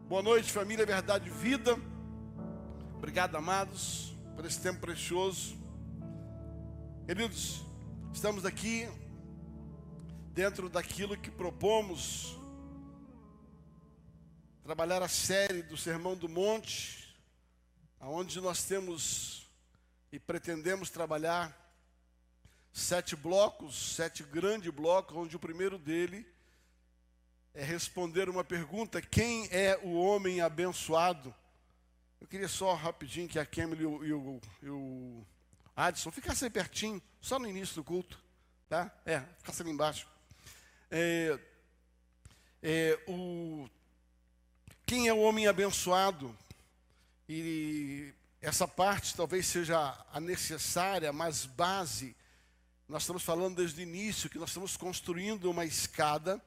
Boa noite, família Verdade e Vida. Obrigado, amados, por esse tempo precioso. Queridos, estamos aqui dentro daquilo que propomos, trabalhar a série do Sermão do Monte, onde nós temos e pretendemos trabalhar 7 blocos, 7 grandes blocos, onde o primeiro dele é responder uma pergunta: quem é o homem abençoado? Eu queria só rapidinho que a Kemily e o Adson ficassem pertinho, só no início do culto, tá? Ficassem ali embaixo. Quem é o homem abençoado? E essa parte talvez seja a necessária, mas base. Nós estamos falando desde o início que nós estamos construindo uma escada,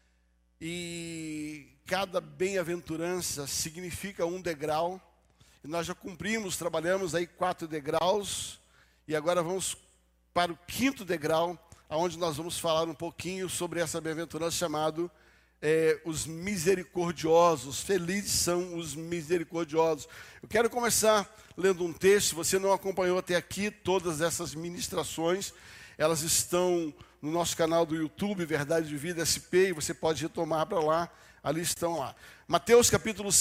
e cada bem-aventurança significa um degrau. E nós já cumprimos, trabalhamos aí 4 degraus, e agora vamos para o 5º degrau, onde nós vamos falar um pouquinho sobre essa bem-aventurança chamado os misericordiosos. Felizes são os misericordiosos. Eu quero começar lendo um texto. Se você não acompanhou até aqui todas essas ministrações, elas estão no nosso canal do YouTube, Verdade de Vida SP, e você pode retomar para lá, ali estão lá. Mateus capítulo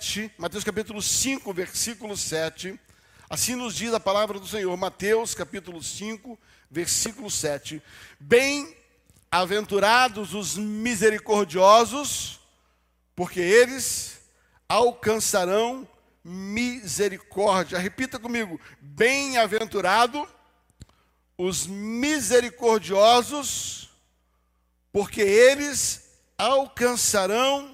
5, versículo 7, assim nos diz a palavra do Senhor. Mateus capítulo 5, versículo 7. Bem-aventurados os misericordiosos, porque eles alcançarão misericórdia. Repita comigo: bem-aventurado os misericordiosos, porque eles alcançarão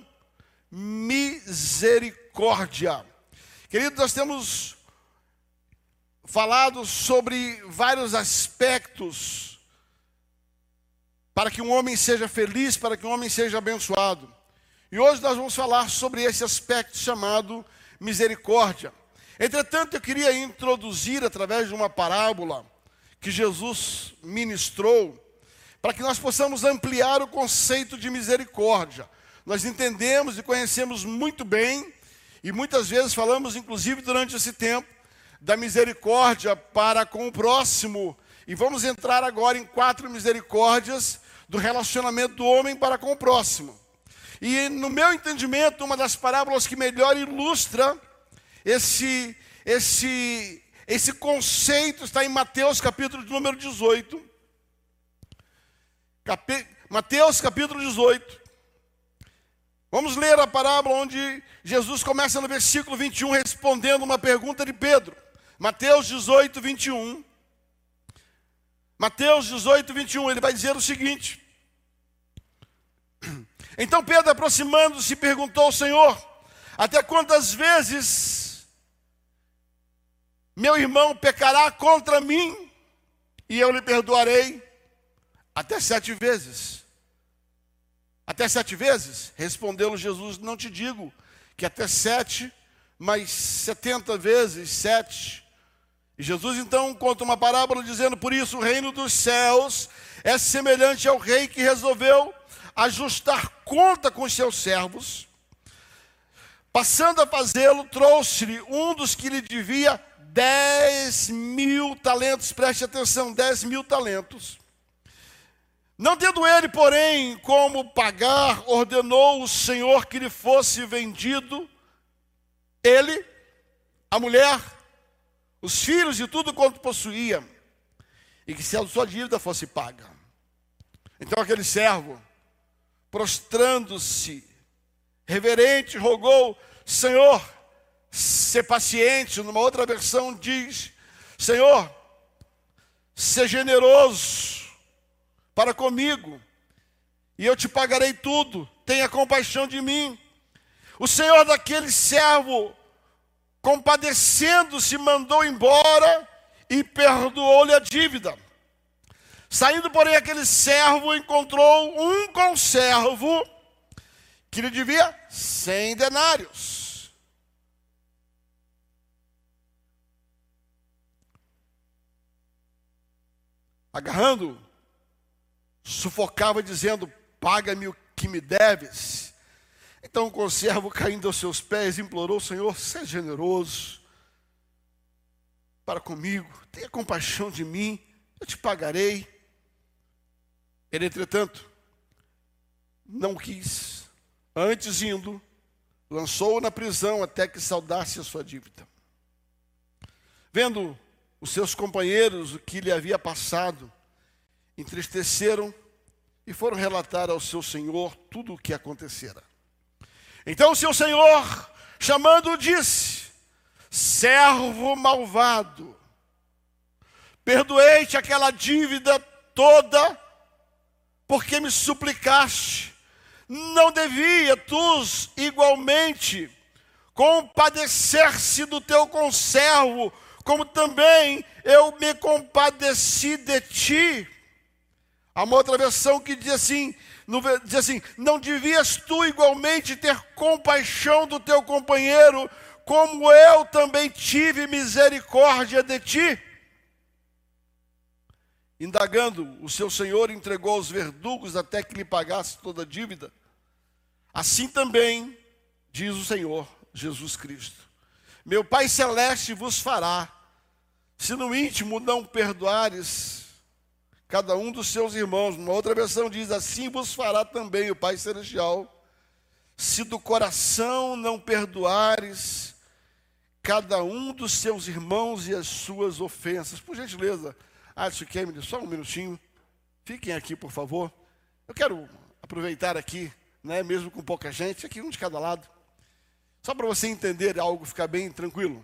misericórdia. Querido, nós temos falado sobre vários aspectos para que um homem seja feliz, para que um homem seja abençoado. E hoje nós vamos falar sobre esse aspecto chamado misericórdia. Entretanto, eu queria introduzir através de uma parábola que Jesus ministrou, para que nós possamos ampliar o conceito de misericórdia. Nós entendemos e conhecemos muito bem, e muitas vezes falamos, inclusive durante esse tempo, da misericórdia para com o próximo. E vamos entrar agora em 4 misericórdias do relacionamento do homem para com o próximo. E no meu entendimento, uma das parábolas que melhor ilustra esse conceito está em Mateus capítulo de número 18. Mateus capítulo 18. Vamos ler a parábola onde Jesus começa no versículo 21, respondendo uma pergunta de Pedro. Mateus 18, 21. Mateus 18, 21, ele vai dizer o seguinte: então Pedro, aproximando-se, perguntou ao Senhor: até quantas vezes meu irmão pecará contra mim e eu lhe perdoarei? Até 7 vezes. Até 7 vezes? Respondeu-lhe Jesus: não te digo que até 7, mas 70 vezes 7. E Jesus então conta uma parábola dizendo: por isso o reino dos céus é semelhante ao rei que resolveu ajustar conta com os seus servos. Passando a fazê-lo, trouxe-lhe um dos que lhe devia 10.000 talentos. Preste atenção, 10.000 talentos. Não tendo ele, porém, como pagar, ordenou o Senhor que lhe fosse vendido ele, a mulher, os filhos e tudo quanto possuía, e que se a sua dívida fosse paga. Então aquele servo, prostrando-se, reverente, rogou: Senhor, ser paciente. Numa outra versão diz: Senhor, ser generoso para comigo, e eu te pagarei tudo. Tenha compaixão de mim. O Senhor daquele servo, compadecendo-se, mandou embora e perdoou-lhe a dívida. Saindo, porém, aquele servo encontrou um conservo que lhe devia 100 denários. Agarrando, sufocava, dizendo: paga-me o que me deves. Então o conservo, caindo aos seus pés, implorou: Senhor, seja generoso para comigo, tenha compaixão de mim, eu te pagarei. Ele, entretanto, não quis. Antes, indo, lançou-o na prisão até que saldasse a sua dívida. Vendo os seus companheiros o que lhe havia passado, entristeceram e foram relatar ao seu senhor tudo o que acontecera. Então o seu senhor, chamando-o, disse: servo malvado, perdoei-te aquela dívida toda, porque me suplicaste. Não devia tu igualmente compadecer-se do teu conservo, como também eu me compadeci de ti? Há uma outra versão que diz assim, não devias tu igualmente ter compaixão do teu companheiro, como eu também tive misericórdia de ti? Indagando, o seu senhor entregou aos verdugos até que lhe pagasse toda a dívida. Assim também, diz o Senhor Jesus Cristo, meu Pai Celeste vos fará, se no íntimo não perdoares cada um dos seus irmãos. Uma outra versão diz: assim vos fará também o Pai Celestial, se do coração não perdoares cada um dos seus irmãos e as suas ofensas. Por gentileza, Adson e Kemily, só um minutinho. Fiquem aqui, por favor. Eu quero aproveitar aqui, mesmo com pouca gente, aqui um de cada lado, só para você entender algo, ficar bem tranquilo.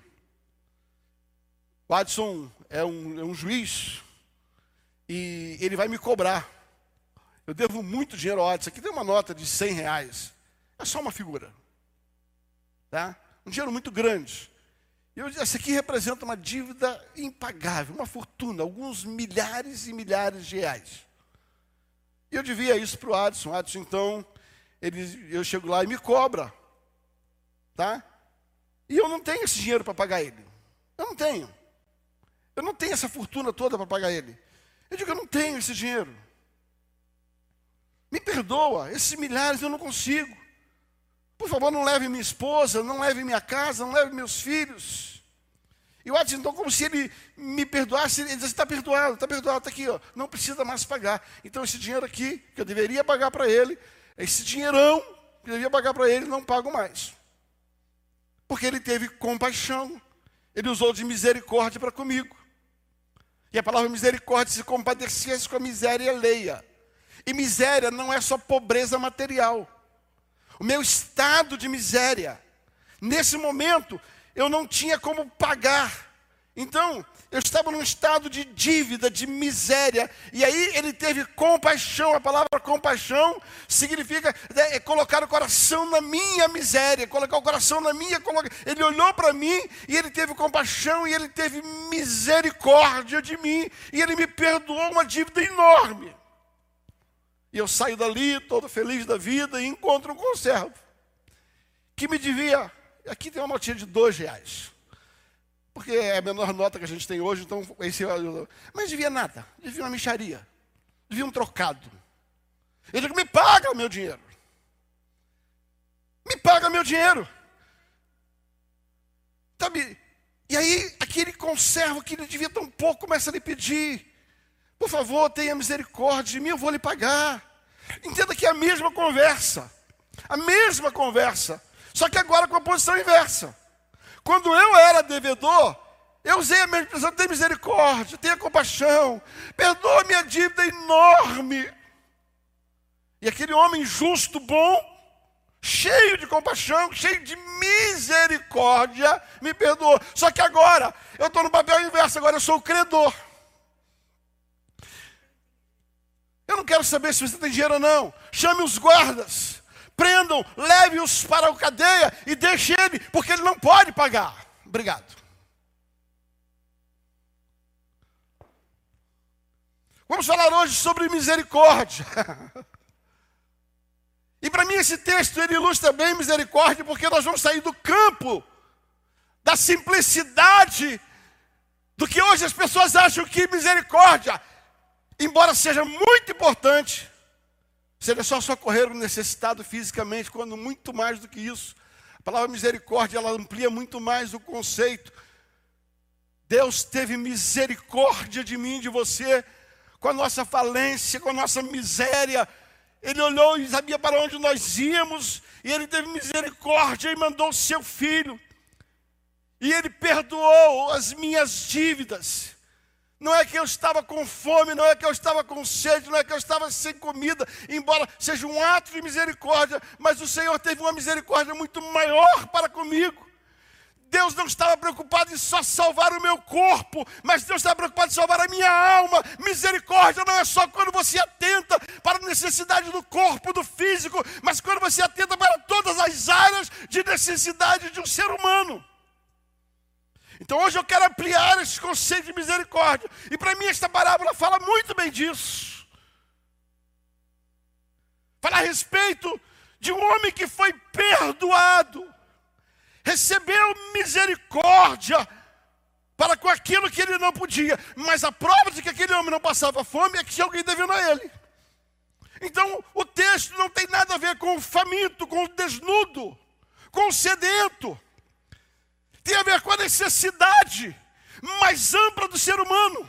O Adson é um juiz e ele vai me cobrar. Eu devo muito dinheiro ao Adson. Aqui tem uma nota de R$100. É só uma figura. Tá? Um dinheiro muito grande. Essa aqui representa uma dívida impagável, uma fortuna, alguns milhares e milhares de reais. E eu devia isso para o Adson. O Adson, então, eu chego lá e me cobra. Tá? E eu não tenho esse dinheiro para pagar ele. Eu não tenho. Eu não tenho essa fortuna toda para pagar ele. Eu digo: eu não tenho esse dinheiro. Me perdoa, esses milhares eu não consigo. Por favor, não leve minha esposa, não leve minha casa, não leve meus filhos. E o Adson, então, como se ele me perdoasse, ele diz: está perdoado, está aqui, ó, não precisa mais pagar. Então, esse dinheiro aqui, que eu deveria pagar para ele, esse dinheirão que eu devia pagar para ele, não pago mais. Porque ele teve compaixão, ele usou de misericórdia para comigo. E a palavra misericórdia se compadecia com a miséria alheia. E miséria não é só pobreza material. O meu estado de miséria, nesse momento, eu não tinha como pagar. Então, eu estava num estado de dívida, de miséria. E aí ele teve compaixão. A palavra compaixão significa colocar o coração na minha miséria, colocar o coração na minha. Ele olhou para mim e ele teve compaixão e ele teve misericórdia de mim. E ele me perdoou uma dívida enorme. E eu saio dali, todo feliz da vida, e encontro um conservo que me devia. Aqui tem uma notinha de R$2. Porque é a menor nota que a gente tem hoje, então mas devia nada, devia uma mixaria, devia um trocado. Eu digo: me paga o meu dinheiro. Me paga meu dinheiro. Sabe? E aí, aquele conservo que ele devia tão pouco, começa a lhe pedir: por favor, tenha misericórdia de mim, eu vou lhe pagar. Entenda que é a mesma conversa. A mesma conversa. Só que agora com a posição inversa. Quando eu era devedor, eu usei a mesma expressão: tenha misericórdia, tenha compaixão, perdoa minha dívida enorme. E aquele homem justo, bom, cheio de compaixão, cheio de misericórdia, me perdoou. Só que agora, eu estou no papel inverso, agora eu sou o credor. Eu não quero saber se você tem dinheiro ou não. Chame os guardas. Prendam, leve-os para a cadeia e deixe ele, porque ele não pode pagar. Obrigado. Vamos falar hoje sobre misericórdia. E para mim esse texto ele ilustra bem misericórdia, porque nós vamos sair do campo da simplicidade do que hoje as pessoas acham que misericórdia, embora seja muito importante, Seria só socorrer o necessitado fisicamente, quando muito mais do que isso. A palavra misericórdia, ela amplia muito mais o conceito. Deus teve misericórdia de mim, de você, com a nossa falência, com a nossa miséria. Ele olhou e sabia para onde nós íamos, e Ele teve misericórdia e mandou o seu Filho. E Ele perdoou as minhas dívidas. Não é que eu estava com fome, não é que eu estava com sede, não é que eu estava sem comida, embora seja um ato de misericórdia, mas o Senhor teve uma misericórdia muito maior para comigo. Deus não estava preocupado em só salvar o meu corpo, mas Deus estava preocupado em salvar a minha alma. Misericórdia não é só quando você atenta para a necessidade do corpo, do físico, mas quando você atenta para todas as áreas de necessidade de um ser humano. Então hoje eu quero ampliar esse conceito de misericórdia. E para mim esta parábola fala muito bem disso. Fala a respeito de um homem que foi perdoado. Recebeu misericórdia para com aquilo que ele não podia. Mas a prova de que aquele homem não passava fome é que tinha alguém devendo a ele. Então o texto não tem nada a ver com o faminto, com o desnudo, com o sedento. Tem a ver com a necessidade mais ampla do ser humano.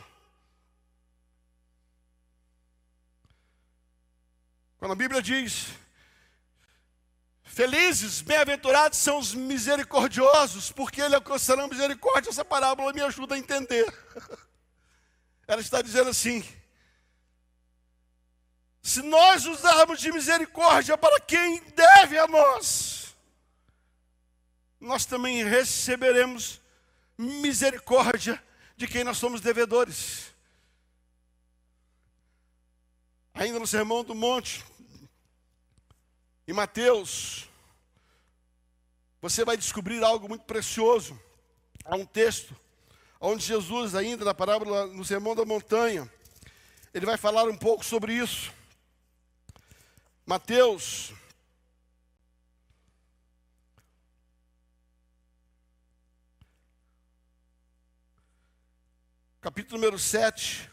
Quando a Bíblia diz: felizes, bem-aventurados são os misericordiosos, porque eles alcançarão misericórdia, essa parábola me ajuda a entender. Ela está dizendo assim: se nós usarmos de misericórdia para quem deve a nós, nós também receberemos misericórdia de quem nós somos devedores. Ainda no Sermão do Monte, em Mateus, você vai descobrir algo muito precioso. Há um texto onde Jesus, ainda na parábola, no Sermão da Montanha, ele vai falar um pouco sobre isso. Mateus, capítulo número 7.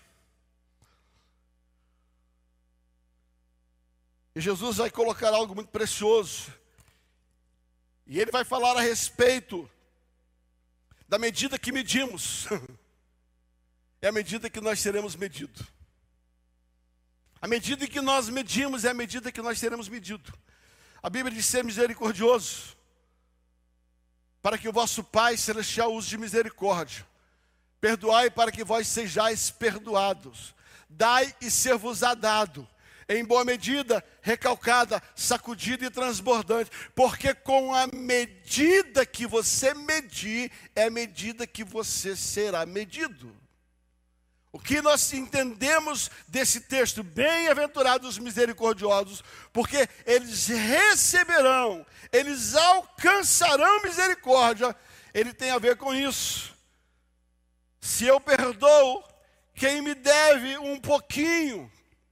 E Jesus vai colocar algo muito precioso. E ele vai falar a respeito da medida que medimos. É a medida que nós seremos medidos. A medida que nós medimos é a medida que nós seremos medidos. A Bíblia diz: ser misericordioso, para que o vosso Pai Celestial use de misericórdia. Perdoai para que vós sejais perdoados. Dai e ser-vos-á dado. Em boa medida, recalcada, sacudida e transbordante. Porque com a medida que você medir, é a medida que você será medido. O que nós entendemos desse texto? Bem-aventurados os misericordiosos, porque eles receberão, eles alcançarão misericórdia. Ele tem a ver com isso. Se eu perdoo quem me deve um pouquinho,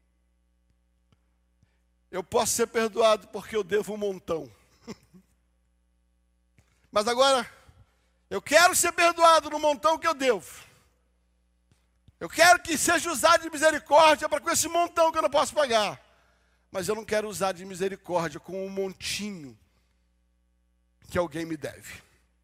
eu posso ser perdoado porque eu devo um montão. Mas agora, eu quero ser perdoado no montão que eu devo. Eu quero que seja usado de misericórdia para com esse montão que eu não posso pagar. Mas eu não quero usar de misericórdia com um montinho que alguém me deve.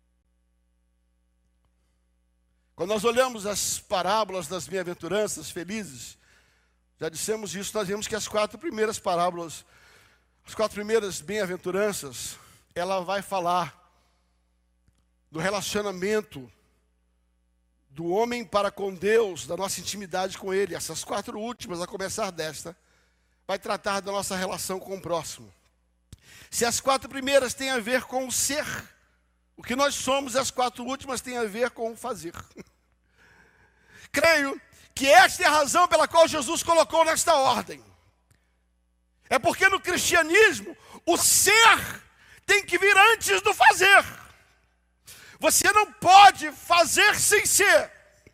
Quando nós olhamos as parábolas das bem-aventuranças felizes, já dissemos isso, nós vemos que as 4 primeiras parábolas, as 4 primeiras bem-aventuranças, ela vai falar do relacionamento do homem para com Deus, da nossa intimidade com Ele. Essas 4 últimas, a começar desta, vai tratar da nossa relação com o próximo. Se as 4 primeiras têm a ver com o ser, o que nós somos, as 4 últimas têm a ver com o fazer. Creio que esta é a razão pela qual Jesus colocou nesta ordem. É porque no cristianismo, o ser tem que vir antes do fazer. Você não pode fazer sem ser.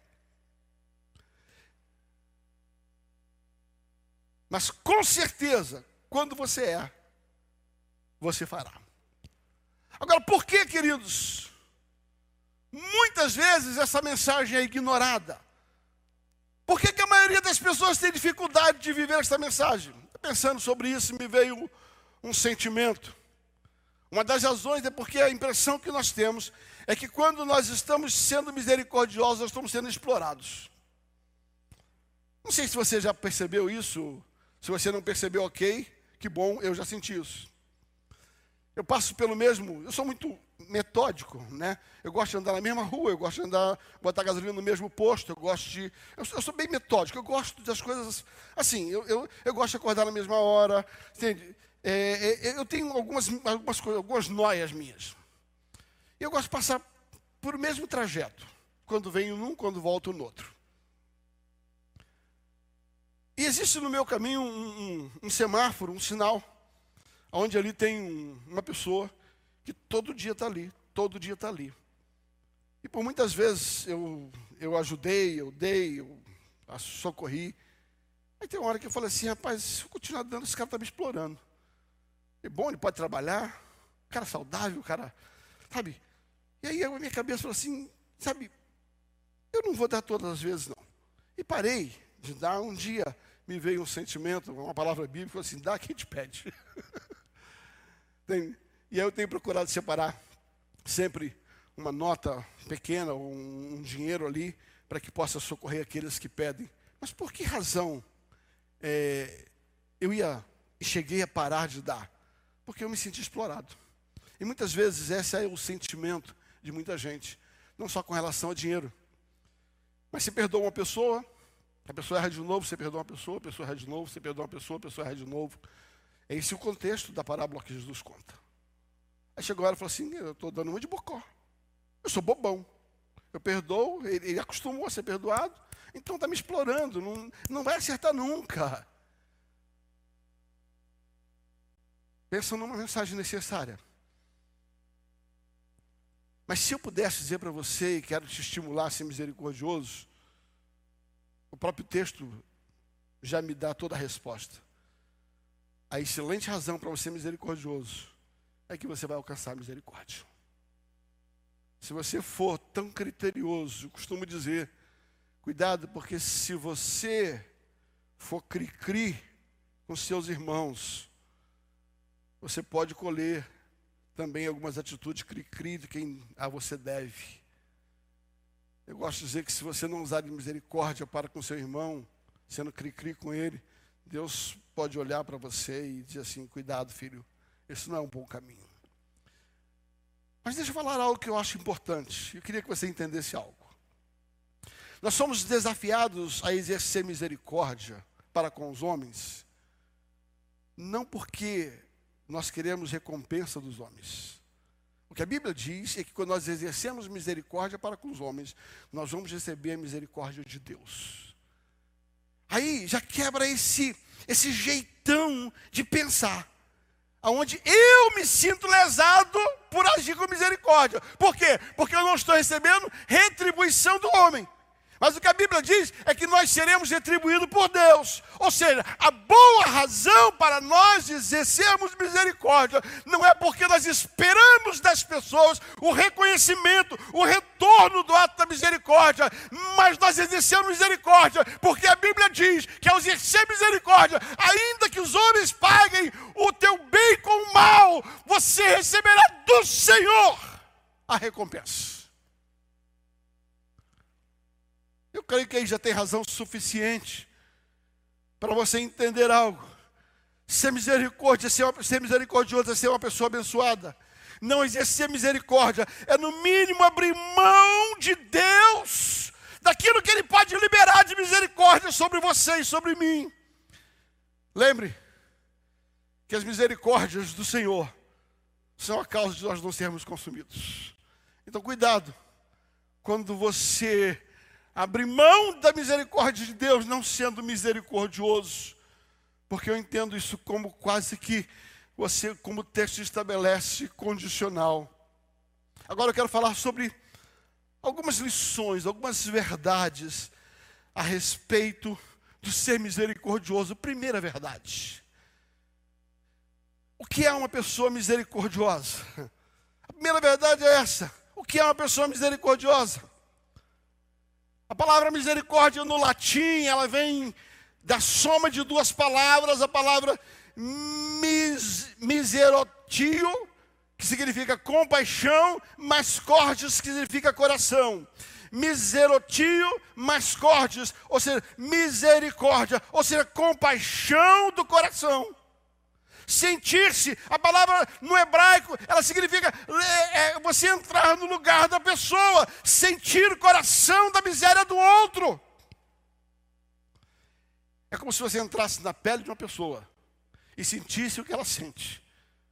Mas com certeza, quando você é, você fará. Agora, por que, queridos? Muitas vezes essa mensagem é ignorada. Por que a maioria das pessoas tem dificuldade de viver esta mensagem? pensando sobre isso, me veio um sentimento. Uma das razões é porque a impressão que nós temos é que quando nós estamos sendo misericordiosos, nós estamos sendo explorados. Não sei se você já percebeu isso. Se você não percebeu, ok, que bom, eu já senti isso. Eu passo pelo mesmo, eu sou muito metódico, né? Eu gosto de andar na mesma rua, eu gosto de andar, botar gasolina no mesmo posto, eu sou bem metódico, eu gosto das coisas, assim, eu gosto de acordar na mesma hora, entende? Eu tenho algumas noias minhas. Eu gosto de passar por o mesmo trajeto, quando venho num, quando volto no outro. E existe no meu caminho um semáforo, um sinal, onde ali tem uma pessoa que todo dia está ali, todo dia está ali. E por muitas vezes eu ajudei, eu dei, eu socorri. Aí tem uma hora que eu falei assim, rapaz, se eu continuar dando, esse cara está me explorando. É bom, ele pode trabalhar, cara saudável, cara, sabe? E aí a minha cabeça falou assim, sabe, eu não vou dar todas as vezes não. E parei de dar. Um dia me veio um sentimento, uma palavra bíblica, assim, dá quem te pede. E aí eu tenho procurado separar sempre uma nota pequena, ou um dinheiro ali, para que possa socorrer aqueles que pedem. Mas por que razão eu cheguei a parar de dar? Porque eu me senti explorado. E muitas vezes esse é o sentimento de muita gente, não só com relação a dinheiro. Mas você perdoa uma pessoa, a pessoa erra de novo, você perdoa uma pessoa, a pessoa erra de novo, você perdoa uma pessoa, a pessoa erra de novo. É esse o contexto da parábola que Jesus conta. Aí chegou a hora e falou assim, eu estou dando uma de bocó. Eu sou bobão. Eu perdoo, ele acostumou a ser perdoado, então está me explorando, não vai acertar nunca. Pensa numa mensagem necessária. Mas se eu pudesse dizer para você, e quero te estimular a ser misericordioso, o próprio texto já me dá toda a resposta. A excelente razão para você ser misericordioso é que você vai alcançar a misericórdia. Se você for tão criterioso, eu costumo dizer, cuidado, porque se você for cri-cri com seus irmãos, você pode colher também algumas atitudes cri-cri de quem a você deve. Eu gosto de dizer que se você não usar de misericórdia para com seu irmão, sendo cri-cri com ele, Deus pode olhar para você e dizer assim, cuidado, filho, esse não é um bom caminho. Mas deixa eu falar algo que eu acho importante. Eu queria que você entendesse algo. Nós somos desafiados a exercer misericórdia para com os homens, não porque nós queremos recompensa dos homens. O que a Bíblia diz é que quando nós exercemos misericórdia para com os homens, nós vamos receber a misericórdia de Deus. Aí já quebra esse jeitão de pensar, aonde eu me sinto lesado por agir com misericórdia. Por quê? Porque eu não estou recebendo retribuição do homem. Mas o que a Bíblia diz é que nós seremos retribuídos por Deus. Ou seja, a boa razão para nós exercermos misericórdia não é porque nós esperamos das pessoas o reconhecimento, o retorno do ato da misericórdia, mas nós exercemos misericórdia porque a Bíblia diz que ao exercer misericórdia, ainda que os homens paguem o teu bem com o mal, você receberá do Senhor a recompensa. Eu creio que aí já tem razão suficiente para você entender algo. Ser misericordioso é ser uma pessoa abençoada. Não exercer misericórdia é no mínimo abrir mão de Deus, daquilo que Ele pode liberar de misericórdia sobre você e sobre mim. Lembre que as misericórdias do Senhor são a causa de nós não sermos consumidos. Então cuidado quando você abrir mão da misericórdia de Deus, não sendo misericordioso, porque eu entendo isso como quase que você, como o texto estabelece, condicional. Agora eu quero falar sobre algumas lições, algumas verdades a respeito do ser misericordioso. Primeira verdade: o que é uma pessoa misericordiosa? A primeira verdade é essa: o que é uma pessoa misericordiosa? A palavra misericórdia no latim, ela vem da soma de duas palavras, a palavra miserotio, que significa compaixão, mais cordes, que significa coração. Miserotio mais cordes, ou seja, misericórdia, ou seja, compaixão do coração. Sentir-se, a palavra no hebraico, ela significa você entrar no lugar da pessoa, sentir o coração da miséria do outro. É como se você entrasse na pele de uma pessoa e sentisse o que ela sente.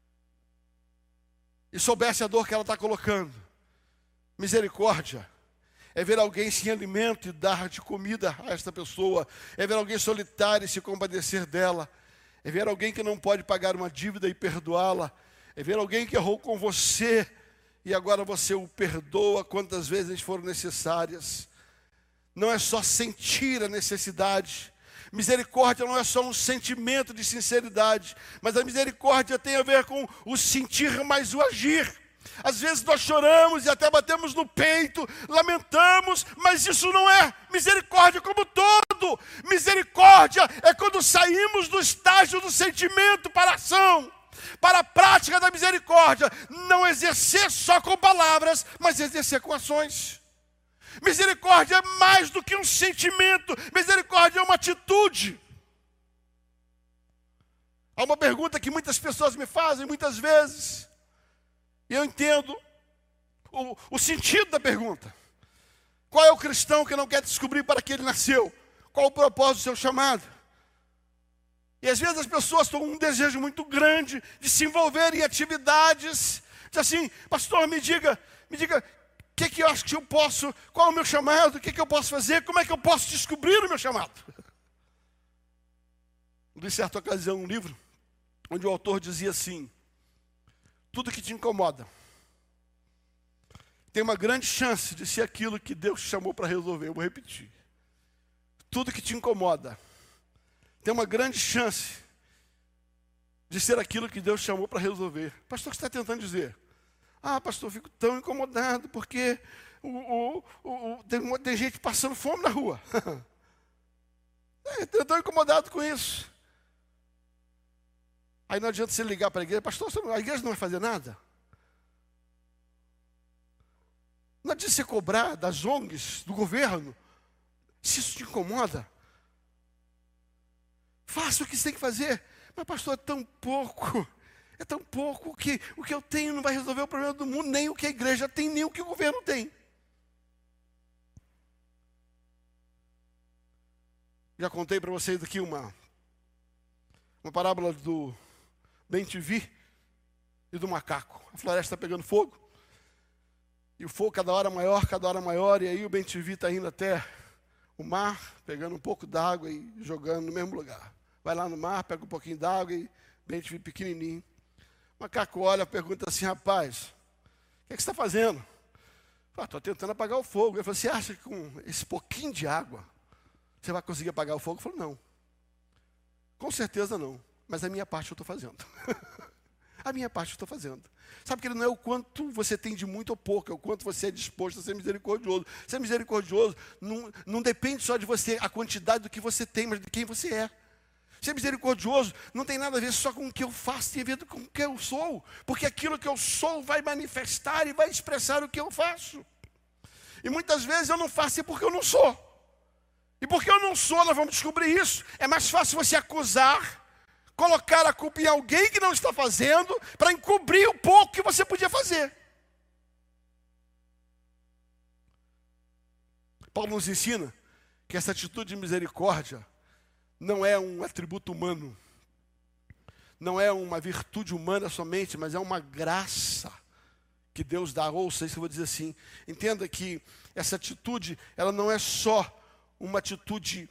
E soubesse a dor que ela está colocando. Misericórdia é ver alguém sem alimento e dar de comida a esta pessoa. É ver alguém solitário e se compadecer dela. É ver alguém que não pode pagar uma dívida e perdoá-la. É ver alguém que errou com você e agora você o perdoa quantas vezes foram necessárias. Não é só sentir a necessidade. Misericórdia não é só um sentimento de sinceridade, mas a misericórdia tem a ver com o sentir mais o agir. Às vezes nós choramos e até batemos no peito, lamentamos, mas isso não é misericórdia como todo. Misericórdia é quando saímos do estágio do sentimento para a ação, para a prática da misericórdia. Não exercer só com palavras, mas exercer com ações. Misericórdia é mais do que um sentimento, misericórdia é uma atitude. Há uma pergunta que muitas pessoas me fazem muitas vezes, e eu entendo o sentido da pergunta. Qual é o cristão que não quer descobrir para que ele nasceu? Qual o propósito do seu chamado? E às vezes as pessoas estão com um desejo muito grande de se envolver em atividades. Diz assim, pastor, me diga, o que eu acho que eu posso, qual é o meu chamado, o que eu posso fazer, como é que eu posso descobrir o meu chamado? Li certa ocasião um livro, onde o autor dizia assim, tudo que te incomoda tem uma grande chance de ser aquilo que Deus te chamou para resolver. Eu vou repetir. Tudo que te incomoda tem uma grande chance de ser aquilo que Deus te chamou para resolver. Pastor, o que você está tentando dizer? Ah, pastor, eu fico tão incomodado porque tem gente passando fome na rua. Estou tão incomodado com isso. Aí não adianta você ligar para a igreja, pastor, a igreja não vai fazer nada? Não adianta você cobrar das ONGs, do governo, se isso te incomoda. Faça o que você tem que fazer. Mas pastor, é tão pouco que o que eu tenho não vai resolver o problema do mundo, nem o que a igreja tem, nem o que o governo tem. Já contei para vocês aqui uma parábola do bem-te-vi e do macaco. A floresta está pegando fogo, e o fogo cada hora maior, e aí o bem-te-vi está indo até o mar, pegando um pouco d'água e jogando no mesmo lugar. Vai lá no mar, pega um pouquinho d'água e bem-te-vi pequenininho. O macaco olha e pergunta assim, rapaz, o que você está fazendo? Estou tentando apagar o fogo. Ele falou, você acha que com esse pouquinho de água você vai conseguir apagar o fogo? Eu falei, não. Com certeza não. Mas a minha parte eu estou fazendo. A minha parte eu estou fazendo. Sabe que ele não é o quanto você tem de muito ou pouco, é o quanto você é disposto a ser misericordioso. Ser misericordioso não depende só de você, a quantidade do que você tem, mas de quem você é. Ser misericordioso não tem nada a ver só com o que eu faço, tem a ver com o que eu sou. Porque aquilo que eu sou vai manifestar e vai expressar o que eu faço. E muitas vezes eu não faço porque eu não sou. E porque eu não sou, nós vamos descobrir isso. É mais fácil você acusar, colocar a culpa em alguém que não está fazendo, para encobrir o pouco que você podia fazer. Paulo nos ensina que essa atitude de misericórdia não é um atributo humano, não é uma virtude humana somente, mas é uma graça que Deus dá. Ouça isso que eu vou dizer assim, entenda que essa atitude, ela não é só uma atitude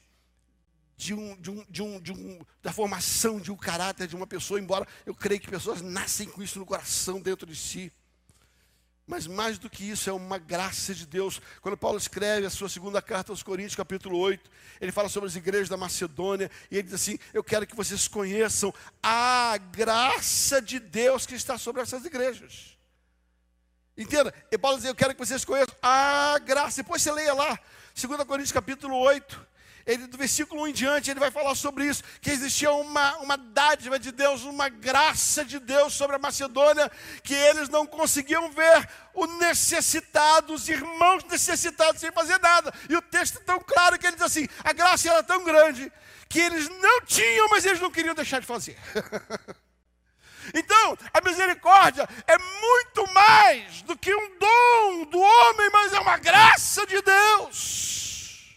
da formação de um caráter de uma pessoa, embora eu creia que pessoas nascem com isso no coração, dentro de si. Mas mais do que isso, é uma graça de Deus. Quando Paulo escreve a sua segunda carta aos Coríntios, capítulo 8, ele fala sobre as igrejas da Macedônia, e ele diz assim, eu quero que vocês conheçam a graça de Deus que está sobre essas igrejas. Entenda? E Paulo diz, eu quero que vocês conheçam a graça. Depois você leia lá, 2 Coríntios capítulo 8, do versículo 1 em diante, ele vai falar sobre isso, que existia uma dádiva de Deus, uma graça de Deus sobre a Macedônia, que eles não conseguiam ver o necessitado, os irmãos necessitados sem fazer nada. E o texto é tão claro que ele diz assim, a graça era tão grande, que eles não tinham, mas eles não queriam deixar de fazer. Então, a misericórdia é muito mais do que um dom do homem, mas é uma graça de Deus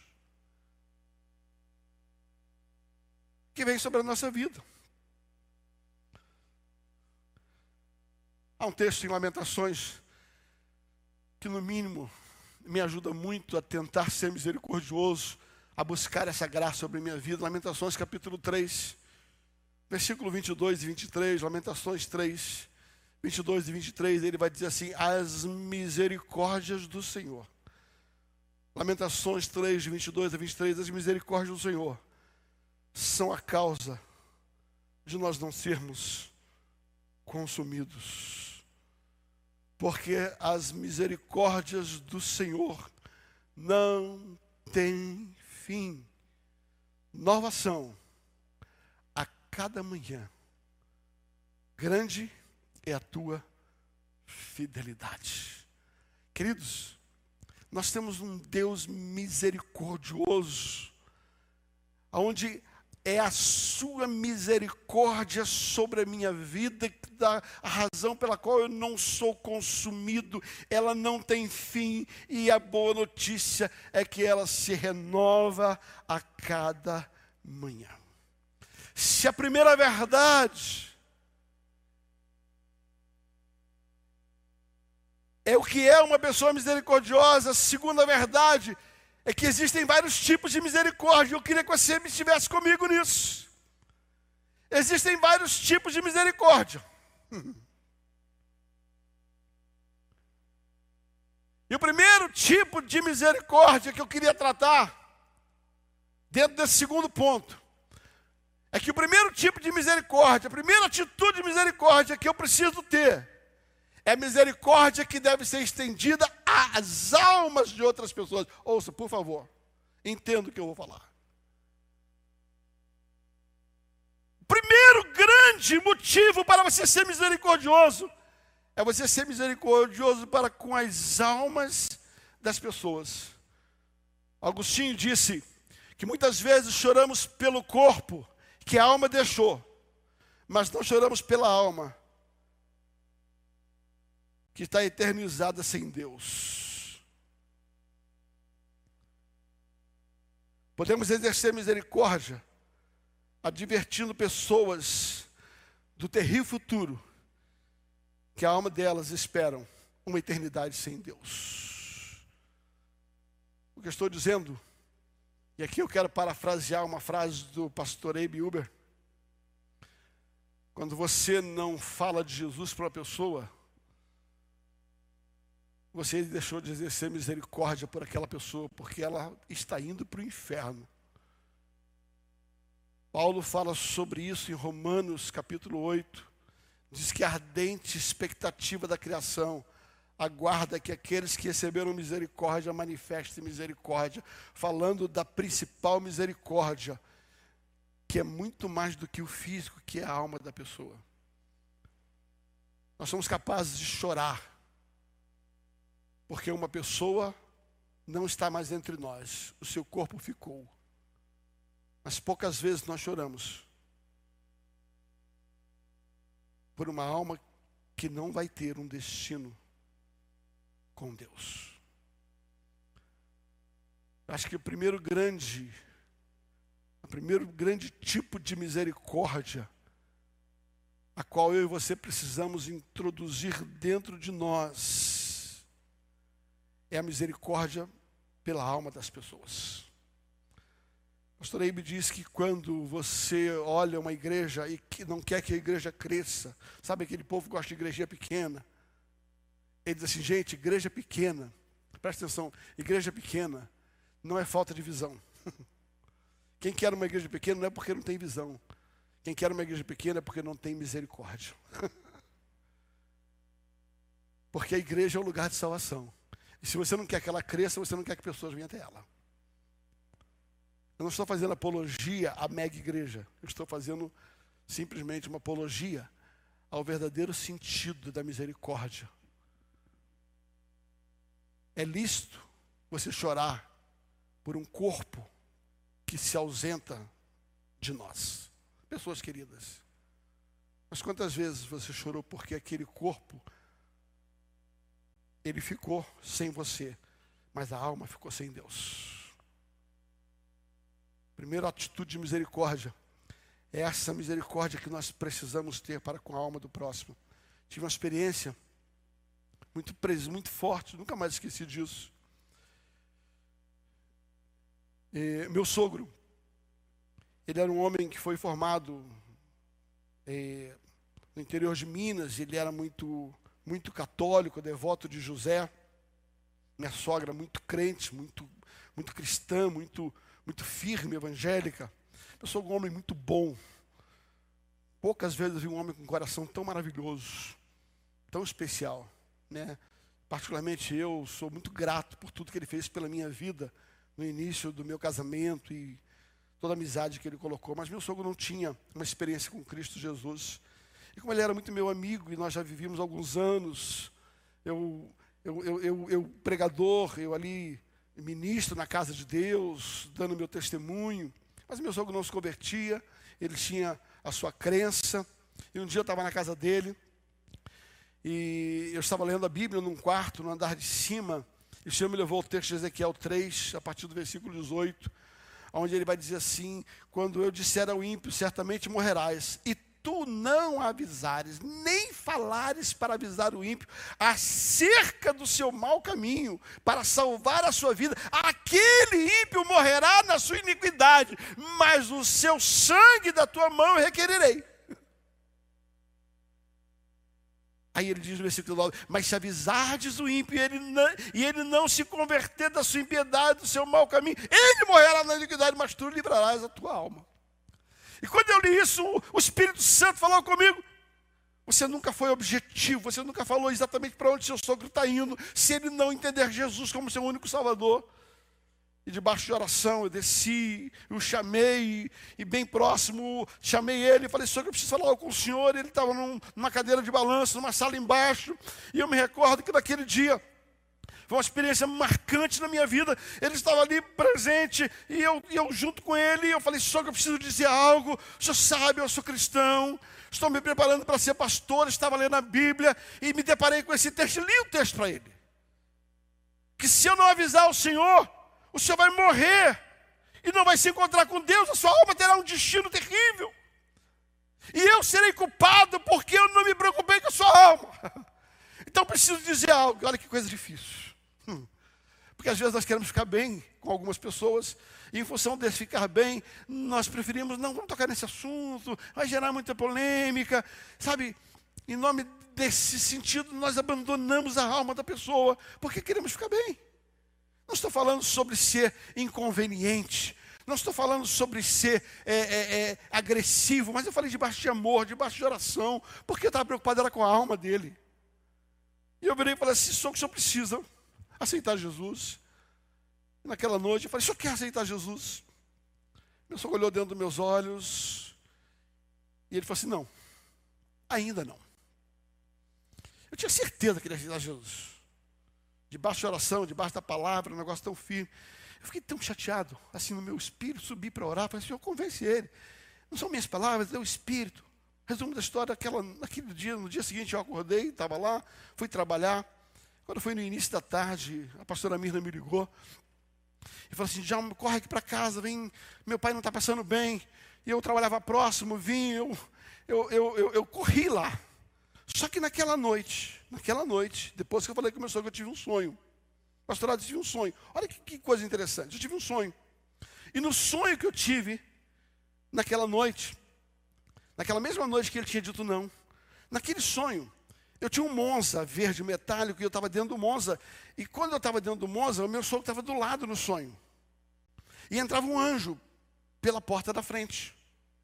que vem sobre a nossa vida. Há um texto em Lamentações que, no mínimo, me ajuda muito a tentar ser misericordioso, a buscar essa graça sobre a minha vida. Lamentações capítulo 3, versículo 22 e 23, Lamentações 3, 22 e 23, ele vai dizer assim, as misericórdias do Senhor. Lamentações 3, 22 a 23, as misericórdias do Senhor são a causa de nós não sermos consumidos. Porque as misericórdias do Senhor não têm fim. Nova são a cada manhã. Grande é a tua fidelidade. Queridos, nós temos um Deus misericordioso, onde é a sua misericórdia sobre a minha vida que dá a razão pela qual eu não sou consumido. Ela não tem fim e a boa notícia é que ela se renova a cada manhã. Se a primeira verdade é o que é uma pessoa misericordiosa, a segunda verdade é que existem vários tipos de misericórdia. Eu queria que você estivesse comigo nisso. Existem vários tipos de misericórdia. E o primeiro tipo de misericórdia que eu queria tratar, dentro desse segundo ponto, é que o primeiro tipo de misericórdia, a primeira atitude de misericórdia que eu preciso ter, é a misericórdia que deve ser estendida às almas de outras pessoas. Ouça, por favor, entenda o que eu vou falar. O primeiro grande motivo para você ser misericordioso é você ser misericordioso para com as almas das pessoas. Agostinho disse que muitas vezes choramos pelo corpo que a alma deixou, mas não choramos pela alma que está eternizada sem Deus. Podemos exercer misericórdia advertindo pessoas do terrível futuro que a alma delas esperam uma eternidade sem Deus. O que eu estou dizendo, e aqui eu quero parafrasear uma frase do pastor Abe Uber, quando você não fala de Jesus para uma pessoa, você deixou de exercer misericórdia por aquela pessoa, porque ela está indo para o inferno. Paulo fala sobre isso em Romanos capítulo 8. Diz que a ardente expectativa da criação aguarda que aqueles que receberam misericórdia manifestem misericórdia, falando da principal misericórdia, que é muito mais do que o físico, que é a alma da pessoa. Nós somos capazes de chorar porque uma pessoa não está mais entre nós, o seu corpo ficou. Mas poucas vezes nós choramos por uma alma que não vai ter um destino com Deus. Acho que o primeiro grande tipo de misericórdia, a qual eu e você precisamos introduzir dentro de nós, é a misericórdia pela alma das pessoas. O pastor Eibe diz que quando você olha uma igreja e que não quer que a igreja cresça, sabe aquele povo que gosta de igreja pequena? Ele diz assim, gente, igreja pequena, presta atenção, igreja pequena não é falta de visão. Quem quer uma igreja pequena não é porque não tem visão. Quem quer uma igreja pequena é porque não tem misericórdia. Porque a igreja é o lugar de salvação. E se você não quer que ela cresça, você não quer que pessoas venham até ela. Eu não estou fazendo apologia à mega igreja. Eu estou fazendo simplesmente uma apologia ao verdadeiro sentido da misericórdia. É lícito você chorar por um corpo que se ausenta de nós, pessoas queridas. Mas quantas vezes você chorou porque aquele corpo, ele ficou sem você, mas a alma ficou sem Deus? Primeira atitude de misericórdia é essa misericórdia que nós precisamos ter para com a alma do próximo. Tive uma experiência muito forte, nunca mais esqueci disso. Meu sogro, ele era um homem que foi formado no interior de Minas. Ele era muito católico, devoto de José. Minha sogra muito crente, muito cristã, muito firme, evangélica. Eu sou um homem muito bom. Poucas vezes eu vi um homem com um coração tão maravilhoso, tão especial, né? Particularmente eu sou muito grato por tudo que ele fez pela minha vida no início do meu casamento e toda a amizade que ele colocou. Mas meu sogro não tinha uma experiência com Cristo Jesus. E como ele era muito meu amigo e nós já vivíamos alguns anos, eu pregador, eu ali ministro na casa de Deus, dando meu testemunho. Mas meu sogro não se convertia, ele tinha a sua crença. E um dia eu estava na casa dele, e eu estava lendo a Bíblia num quarto, no andar de cima, e o Senhor me levou ao texto de Ezequiel 3, a partir do versículo 18, onde ele vai dizer assim: quando eu disser ao ímpio, certamente morrerás, e tu não avisares, nem falares para avisar o ímpio acerca do seu mau caminho, para salvar a sua vida, aquele ímpio morrerá na sua iniquidade, mas o seu sangue da tua mão eu requererei. Aí ele diz no versículo 9: mas se avisardes o ímpio e ele não se converter da sua impiedade, do seu mau caminho, ele morrerá na iniquidade, mas tu livrarás a tua alma. E quando eu li isso, o Espírito Santo falou comigo: você nunca foi objetivo, você nunca falou exatamente para onde seu sogro está indo, se ele não entender Jesus como seu único Salvador. E debaixo de oração eu desci, eu chamei, e bem próximo, chamei ele e falei: sogro, eu preciso falar algo com o senhor. Ele estava numa cadeira de balanço, numa sala embaixo, e eu me recordo que naquele dia foi uma experiência marcante na minha vida. Ele estava ali presente, e eu junto com ele, eu falei: sogro, eu preciso dizer algo, o senhor sabe, eu sou cristão, estou me preparando para ser pastor, estava lendo a Bíblia, e me deparei com esse texto, li o texto para ele, que se eu não avisar o senhor vai morrer, e não vai se encontrar com Deus, a sua alma terá um destino terrível, e eu serei culpado, porque eu não me preocupei com a sua alma. Então preciso dizer algo. Olha que coisa difícil, porque às vezes nós queremos ficar bem com algumas pessoas, e em função desse ficar bem, nós preferimos: não, vamos tocar nesse assunto, vai gerar muita polêmica, sabe? Em nome desse sentido, nós abandonamos a alma da pessoa, porque queremos ficar bem. Não estou falando sobre ser inconveniente, não estou falando sobre ser agressivo, mas eu falei debaixo de amor, debaixo de oração, porque eu estava preocupado era com a alma dele. E eu virei e falei assim: só que o senhor precisa aceitar Jesus. E naquela noite eu falei: o senhor quer aceitar Jesus? Meu sogro olhou dentro dos meus olhos, e ele falou assim: não, ainda não. Eu tinha certeza que ele ia aceitar Jesus. Debaixo de oração, debaixo da palavra, um negócio tão firme. Eu fiquei tão chateado, assim no meu espírito, subi para orar, falei: Senhor, convence ele. Não são minhas palavras, é o Espírito. Resumo da história: naquele dia, no dia seguinte eu acordei, estava lá, fui trabalhar. Quando foi no início da tarde, a pastora Mirna me ligou e falou assim: já corre aqui para casa, vem, meu pai não está passando bem. E eu trabalhava próximo, vim, eu corri lá. Só que naquela noite, depois que eu falei com o meu sogro, eu tive um sonho. Pastorado, eu tive um sonho. Olha que coisa interessante, eu tive um sonho. E no sonho que eu tive, naquela noite, naquela mesma noite que ele tinha dito não, naquele sonho, eu tinha um Monza verde metálico, e eu estava dentro do Monza. E quando eu estava dentro do Monza, o meu sogro estava do lado no sonho. E entrava um anjo pela porta da frente.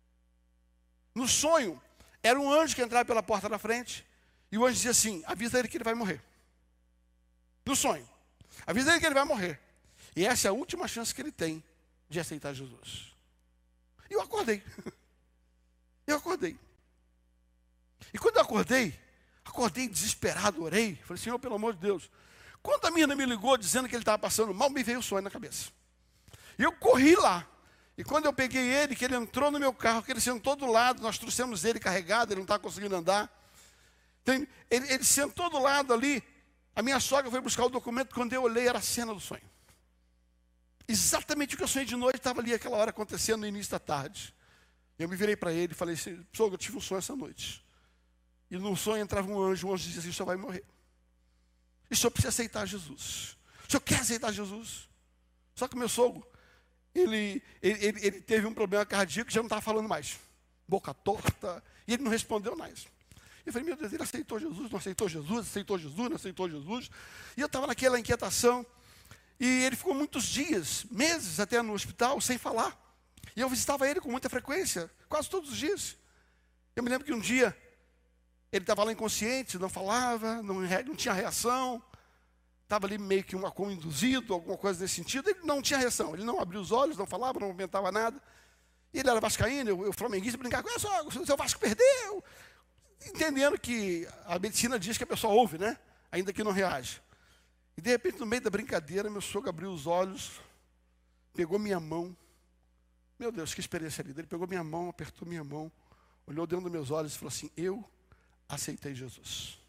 No sonho, era um anjo que entrava pela porta da frente, e o anjo dizia assim: avisa ele que ele vai morrer. No sonho, avisa ele que ele vai morrer. E essa é a última chance que ele tem de aceitar Jesus. E eu acordei. Eu acordei. E quando eu acordei desesperado, orei. Falei, Senhor, pelo amor de Deus. Quando a menina me ligou dizendo que ele estava passando mal, me veio o sonho na cabeça. E eu corri lá. E quando eu peguei ele, que ele entrou no meu carro, que ele sentou do lado, nós trouxemos ele carregado, ele não estava conseguindo andar. Então, ele sentou do lado ali. A minha sogra foi buscar o documento, quando eu olhei, era a cena do sonho. Exatamente o que eu sonhei de noite, estava ali aquela hora acontecendo no início da tarde. Eu me virei para ele e falei, sogra, eu tive um sonho essa noite. E no sonho entrava um anjo dizia assim, o senhor vai morrer. E o senhor precisa aceitar Jesus. O senhor quer aceitar Jesus? Só que o meu sogro, ele teve um problema cardíaco que já não estava falando mais. Boca torta, e ele não respondeu mais. Eu falei, meu Deus, ele aceitou Jesus, não aceitou Jesus, aceitou Jesus, não aceitou Jesus. E eu estava naquela inquietação. E ele ficou muitos dias, meses até no hospital, sem falar. E eu visitava ele com muita frequência, quase todos os dias. Eu me lembro que um dia, ele estava lá inconsciente, não falava, não tinha reação. Estava ali meio que um coma induzido, alguma coisa desse sentido. Ele não tinha reação, ele não abria os olhos, não falava, não movimentava nada. E ele era vascaíno, eu flamenguista, brincava, olha só, o seu Vasco perdeu. Entendendo que a medicina diz que a pessoa ouve, né? Ainda que não reage. E de repente, no meio da brincadeira, meu sogro abriu os olhos, pegou minha mão. Meu Deus, que experiência linda. Ele pegou minha mão, apertou minha mão, olhou dentro dos meus olhos e falou assim, eu aceitei Jesus.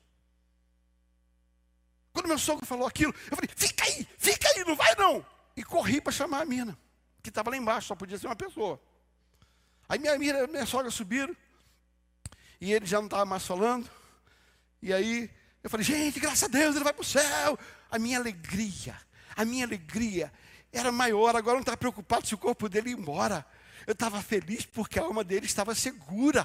Quando meu sogro falou aquilo, eu falei, fica aí, não vai não. E corri para chamar a mina, que estava lá embaixo, só podia ser uma pessoa. Aí minha sogra subiram, e ele já não estava mais falando. E aí eu falei, gente, graças a Deus, ele vai para o céu. A minha alegria era maior. Agora eu não estava preocupado se o corpo dele ia embora. Eu estava feliz porque a alma dele estava segura.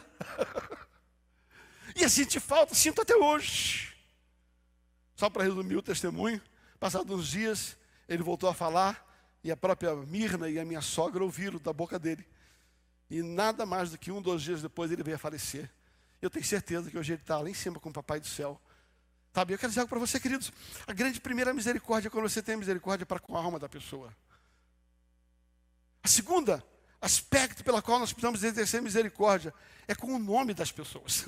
E assim sinto até hoje. Só para resumir o testemunho, passados uns dias, ele voltou a falar, e a própria Mirna e a minha sogra ouviram da boca dele. E nada mais do que 1, 2 dias depois ele veio a falecer. Eu tenho certeza que hoje ele está lá em cima com o Papai do Céu. Sabe, eu quero dizer algo para você, queridos. A grande primeira misericórdia é quando você tem misericórdia para com a alma da pessoa. A segunda aspecto pela qual nós precisamos exercer misericórdia é com o nome das pessoas.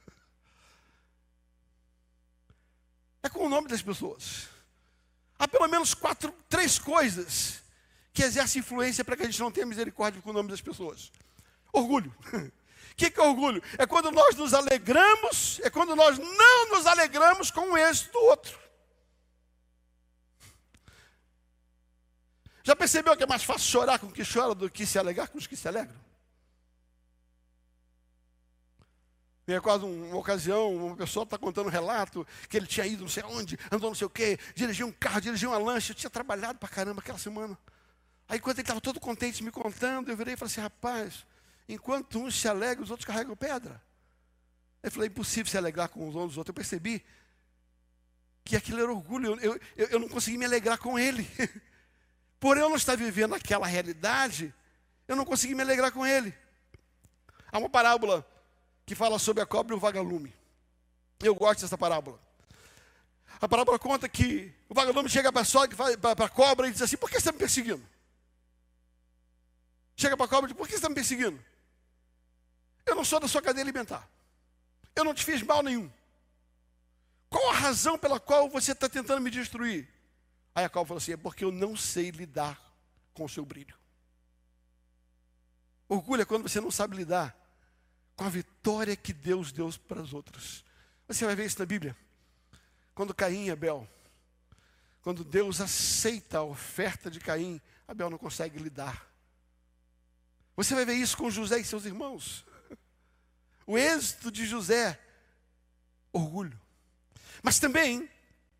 É com o nome das pessoas. Há pelo menos 3 coisas que exercem influência para que a gente não tenha misericórdia com o nome das pessoas. Orgulho. O que é orgulho? É quando nós nos alegramos, é quando nós não nos alegramos com o êxito do outro. Já percebeu que é mais fácil chorar com o que chora do que se alegrar com os que se alegram? Me recordo uma ocasião, uma pessoa está contando um relato que ele tinha ido não sei aonde, andou não sei o quê, dirigiu um carro, dirigiu uma lancha, eu tinha trabalhado para caramba aquela semana. Aí quando ele estava todo contente me contando, eu virei e falei assim, rapaz, enquanto uns se alegram, os outros carregam pedra. Eu falei, é impossível se alegrar com os outros. Eu percebi que aquilo era orgulho, eu não consegui me alegrar com ele. Por eu não estar vivendo aquela realidade, eu não consegui me alegrar com ele. Há uma parábola que fala sobre a cobra e o vagalume. Eu gosto dessa parábola. A parábola conta que o vagalume chega para a cobra e diz assim, por que você está me perseguindo? Chega para a cobra e diz, por que você está me perseguindo? Eu não sou da sua cadeia alimentar. Eu não te fiz mal nenhum. Qual a razão pela qual você está tentando me destruir? Aí a cobra falou assim, é porque eu não sei lidar com o seu brilho. Orgulho é quando você não sabe lidar com a vitória que Deus deu para as outras. Você vai ver isso na Bíblia. Quando Caim e Abel, quando Deus aceita a oferta de Caim, Abel não consegue lidar. Você vai ver isso com José e seus irmãos. O êxito de José, orgulho. Mas também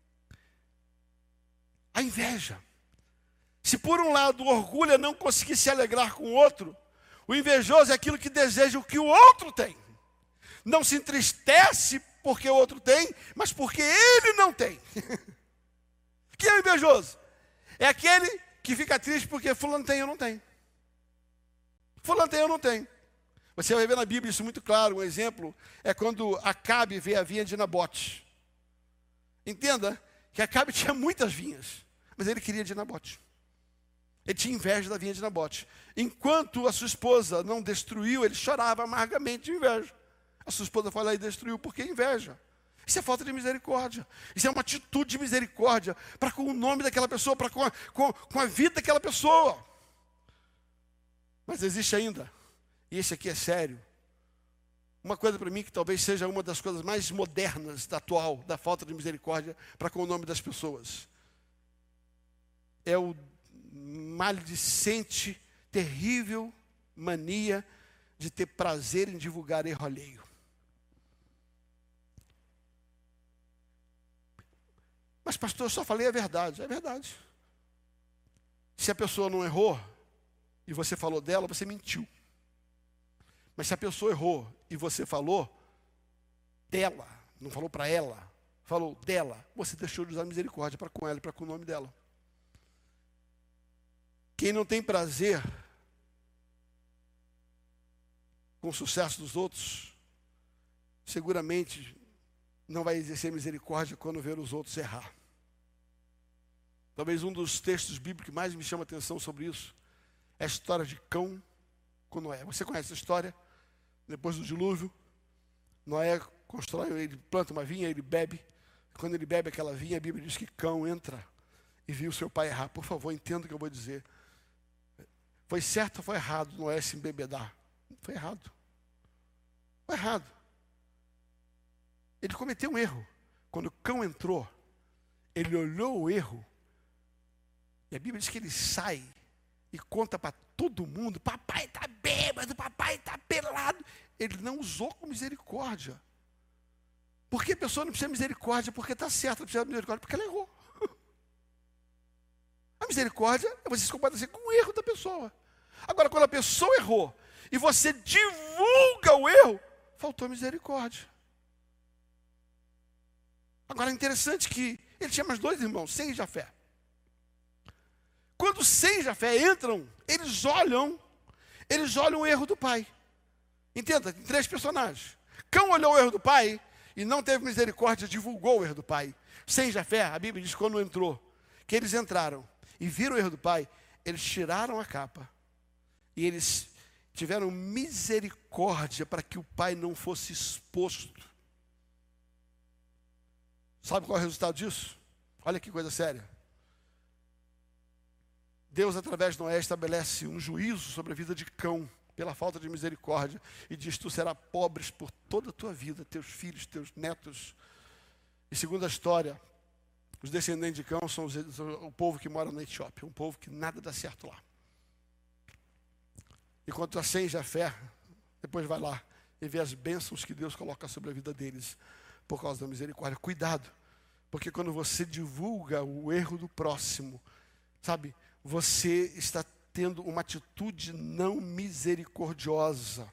a inveja. Se por um lado o orgulho é não conseguir se alegrar com o outro, o invejoso é aquilo que deseja o que o outro tem. Não se entristece porque o outro tem, mas porque ele não tem. Quem é o invejoso? É aquele que fica triste porque fulano tem e eu não tenho. Fulano tem e eu não tenho. Você vai ver na Bíblia isso muito claro. Um exemplo é quando Acabe vê a vinha de Nabote. Entenda que Acabe tinha muitas vinhas, mas ele queria de Nabote. Ele tinha inveja da vinha de Nabote. Enquanto a sua esposa não destruiu, ele chorava amargamente de inveja. A sua esposa foi lá e destruiu porque inveja. Isso é falta de misericórdia. Isso é uma atitude de misericórdia para com o nome daquela pessoa, para com a vida daquela pessoa. Mas existe ainda, e esse aqui é sério, uma coisa para mim que talvez seja uma das coisas mais modernas da atual, da falta de misericórdia para com o nome das pessoas. É o maledicente, terrível mania de ter prazer em divulgar erro alheio. Mas pastor, eu só falei a verdade. É verdade. Se a pessoa não errou e você falou dela, você mentiu. Mas se a pessoa errou e você falou dela, não falou para ela, falou dela, você deixou de usar misericórdia para com ela e para com o nome dela. Quem não tem prazer com o sucesso dos outros, seguramente não vai exercer misericórdia quando ver os outros errar. Talvez um dos textos bíblicos que mais me chama a atenção sobre isso é a história de Cão com Noé. Você conhece a história? Depois do dilúvio, Noé constrói, ele planta uma vinha, ele bebe. Quando ele bebe aquela vinha, a Bíblia diz que Cão entra e viu seu pai errar. Por favor, entenda o que eu vou dizer. Foi certo ou foi errado Noé se embebedar? Foi errado. Foi errado. Ele cometeu um erro. Quando o Cão entrou, ele olhou o erro. E a Bíblia diz que ele sai e conta para todo mundo: papai está bêbado, papai está pelado. Ele não usou com misericórdia. Porque a pessoa não precisa de misericórdia porque está certa, não precisa de misericórdia porque ela errou. A misericórdia é você se compadecer com o erro da pessoa. Agora, quando a pessoa errou e você divulga o erro, faltou misericórdia. Agora é interessante que ele tinha mais dois irmãos, Sem e Jafé. Quando Sem e Jafé entram, eles olham o erro do pai. Entenda, tem três personagens. Cão olhou o erro do pai e não teve misericórdia, divulgou o erro do pai. Sem e Jafé, a Bíblia diz que quando entrou, que eles entraram e viram o erro do pai, eles tiraram a capa. E eles tiveram misericórdia para que o pai não fosse exposto. Sabe qual é o resultado disso? Olha que coisa séria. Deus, através de Noé, estabelece um juízo sobre a vida de Cão, pela falta de misericórdia, e diz: tu serás pobre por toda a tua vida, teus filhos, teus netos. E segundo a história, os descendentes de Cão são o povo que mora na Etiópia, um povo que nada dá certo lá. Enquanto a Sem e Jafé, depois vai lá e vê as bênçãos que Deus coloca sobre a vida deles, por causa da misericórdia. Cuidado, porque quando você divulga o erro do próximo, sabe, você está tendo uma atitude não misericordiosa.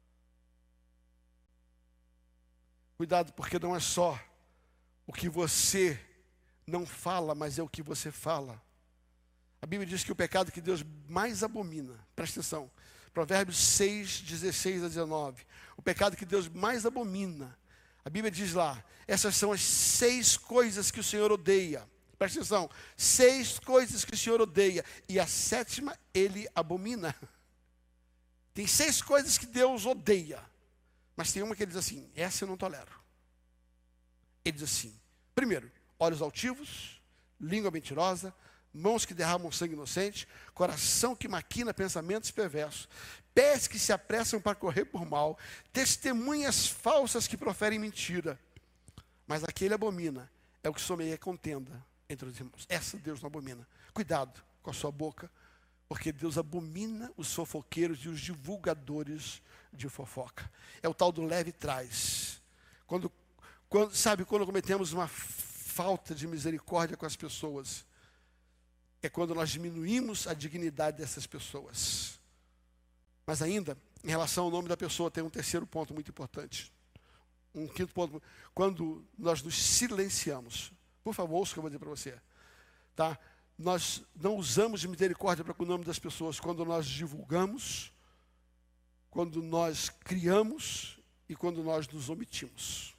Cuidado, porque não é só o que você não fala, mas é o que você fala. A Bíblia diz que o pecado que Deus mais abomina, presta atenção, Provérbios 6, 16 a 19, o pecado que Deus mais abomina, a Bíblia diz lá, essas são as 6 coisas que o Senhor odeia. Presta atenção, 6 coisas que o Senhor odeia, e a 7ª Ele abomina. Tem 6 coisas que Deus odeia, mas tem uma que Ele diz assim: essa eu não tolero. Ele diz assim: primeiro, olhos altivos, língua mentirosa, mãos que derramam sangue inocente, coração que maquina pensamentos perversos, pés que se apressam para correr por mal, testemunhas falsas que proferem mentira. Mas aquele abomina é o que semeia contenda entre os irmãos. Essa Deus não abomina. Cuidado com a sua boca, porque Deus abomina os fofoqueiros e os divulgadores de fofoca. É o tal do leve e traz. Quando cometemos uma falta de misericórdia com as pessoas, é quando nós diminuímos a dignidade dessas pessoas. Mas ainda, em relação ao nome da pessoa, tem um terceiro ponto muito importante. Um quinto ponto, quando nós nos silenciamos. Por favor, ouça o que eu vou dizer para você. Tá? Nós não usamos de misericórdia para com o nome das pessoas quando nós divulgamos, quando nós criamos e quando nós nos omitimos.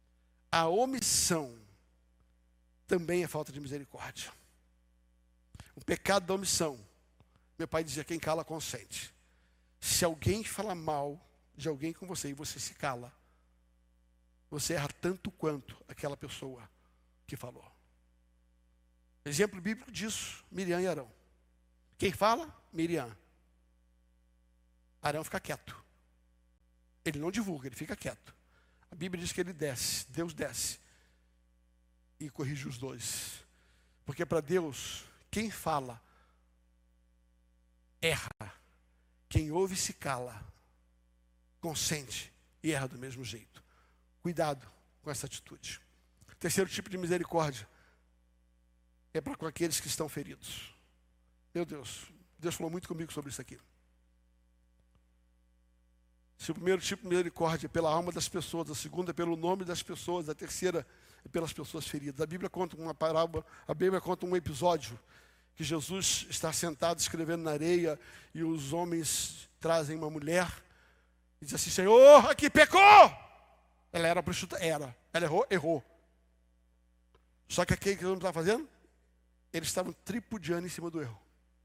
A omissão também é falta de misericórdia. o pecado da omissão. Meu pai dizia, quem cala consente. Se alguém fala mal de alguém com você e você se cala, você erra tanto quanto aquela pessoa que falou. Exemplo bíblico disso, Miriam e Arão. Quem fala? Miriam. Arão fica quieto. Ele não divulga, ele fica quieto. A Bíblia diz que ele desce, Deus desce e corrige os dois. Porque para Deus, quem fala, erra. Quem ouve se cala, consente e erra do mesmo jeito. Cuidado com essa atitude. Terceiro tipo de misericórdia é para com aqueles que estão feridos. Meu Deus, Deus falou muito comigo sobre isso aqui. Se o primeiro tipo de misericórdia é pela alma das pessoas, a segunda é pelo nome das pessoas, a terceira é pelas pessoas feridas. A Bíblia conta uma parábola, a Bíblia conta um episódio que Jesus está sentado escrevendo na areia e os homens trazem uma mulher e diz assim, Senhor, aqui pecou! Ela era prostituta? Era. Ela errou. Só que aquele que eles não estavam fazendo, eles estavam tripudiando em cima do erro.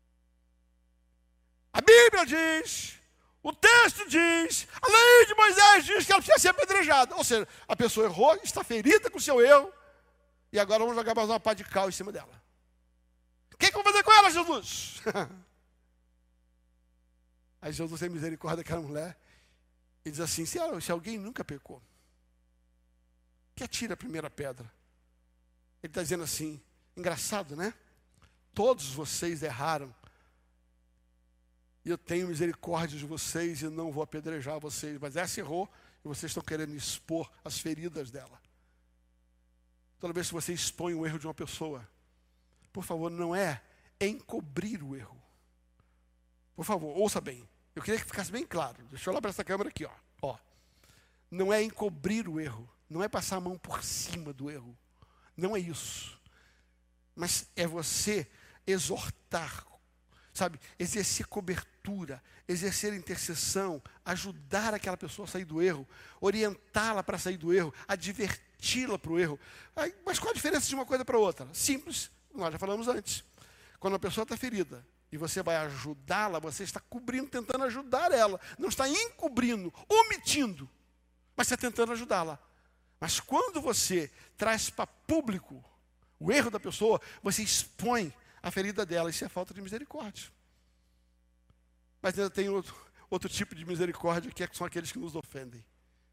A Bíblia diz, o texto diz, a lei de Moisés diz que ela precisa ser apedrejada. Ou seja, a pessoa errou, está ferida com o seu erro, e agora vamos jogar mais uma pá de cal em cima dela. O que eu vou fazer com ela, Jesus? Aí Jesus tem misericórdia daquela mulher e diz assim, se alguém nunca pecou, que atira a primeira pedra. Ele está dizendo assim, engraçado, né? Todos vocês erraram. E eu tenho misericórdia de vocês e não vou apedrejar vocês. Mas essa errou e vocês estão querendo expor as feridas dela. Toda vez que você expõe o erro de uma pessoa, por favor, não é encobrir o erro. Por favor, ouça bem. Eu queria que ficasse bem claro. Deixa eu olhar para essa câmera aqui, ó. Não é encobrir o erro. Não é passar a mão por cima do erro. Não é isso. Mas é você exortar, sabe? Exercer cobertura, exercer intercessão, ajudar aquela pessoa a sair do erro, orientá-la para sair do erro, adverti-la para o erro. Mas qual a diferença de uma coisa para outra? Simples, nós já falamos antes. Quando a pessoa está ferida e você vai ajudá-la, você está cobrindo, tentando ajudar ela. Não está encobrindo, omitindo, mas está tentando ajudá-la. Mas quando você traz para público o erro da pessoa, você expõe a ferida dela. Isso é falta de misericórdia. Mas ainda tem outro tipo de misericórdia, que são aqueles que nos ofendem.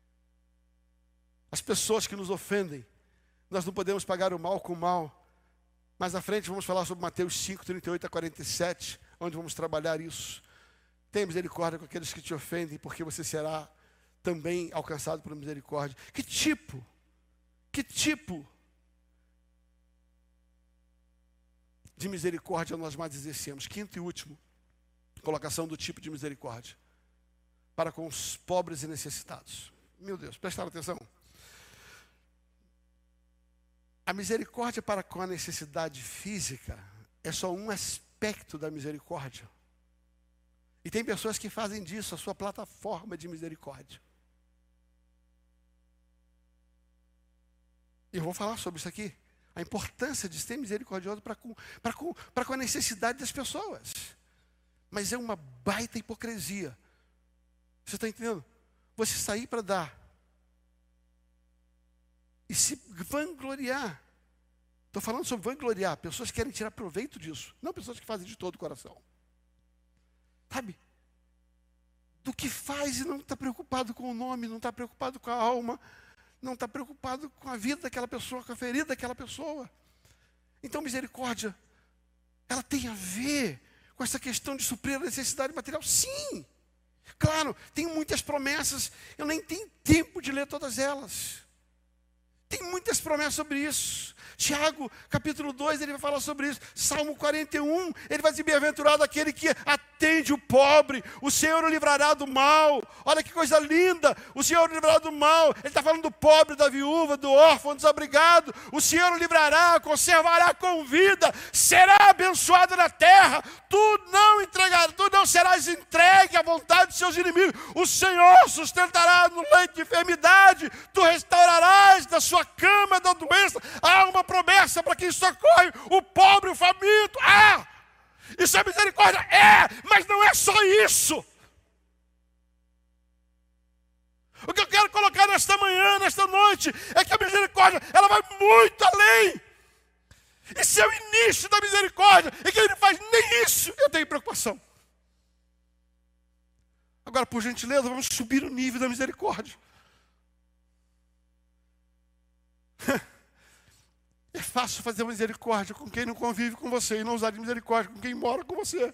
As pessoas que nos ofendem, nós não podemos pagar o mal com o mal. Mais à frente vamos falar sobre Mateus 5, 38 a 47, onde vamos trabalhar isso. Tenha misericórdia com aqueles que te ofendem, porque você será também alcançado por misericórdia. Que tipo de misericórdia nós mais exercemos? Quinto e último, colocação do tipo de misericórdia para com os pobres e necessitados. Meu Deus, prestaram atenção? A misericórdia para com a necessidade física é só um aspecto da misericórdia. E tem pessoas que fazem disso a sua plataforma de misericórdia. E eu vou falar sobre isso aqui. A importância de ser misericordioso para com a necessidade das pessoas. Mas é uma baita hipocrisia. Você está entendendo? Você sair para dar e se vangloriar. Estou falando sobre vangloriar. Pessoas que querem tirar proveito disso. Não pessoas que fazem de todo o coração. Sabe? Do que faz e não está preocupado com o nome, não está preocupado com a alma, não está preocupado com a vida daquela pessoa, com a ferida daquela pessoa. Então, misericórdia, ela tem a ver com essa questão de suprir a necessidade material? Sim! Claro, tem muitas promessas, eu nem tenho tempo de ler todas elas. Tem muitas promessas sobre isso. Tiago, capítulo 2, ele vai falar sobre isso. Salmo 41, ele vai dizer, bem-aventurado aquele que atende o pobre, o Senhor o livrará do mal. Olha que coisa linda, o Senhor o livrará do mal. Ele está falando do pobre, da viúva, do órfão, do desabrigado. O Senhor o livrará, conservará com vida, será abençoado na terra. Tu não serás entregue à vontade dos seus inimigos. O Senhor sustentará no leito de enfermidade, tu restaurarás da sua cama da doença. Há uma promessa para quem socorre o pobre, o faminto. Isso é misericórdia? É, mas não é só isso. O que eu quero colocar nesta manhã, nesta noite, é que a misericórdia, ela vai muito além. E se é o início da misericórdia, e que ele não faz nem isso, eu tenho preocupação. Agora, por gentileza, vamos subir o nível da misericórdia. É fácil fazer misericórdia com quem não convive com você e não usar de misericórdia com quem mora com você.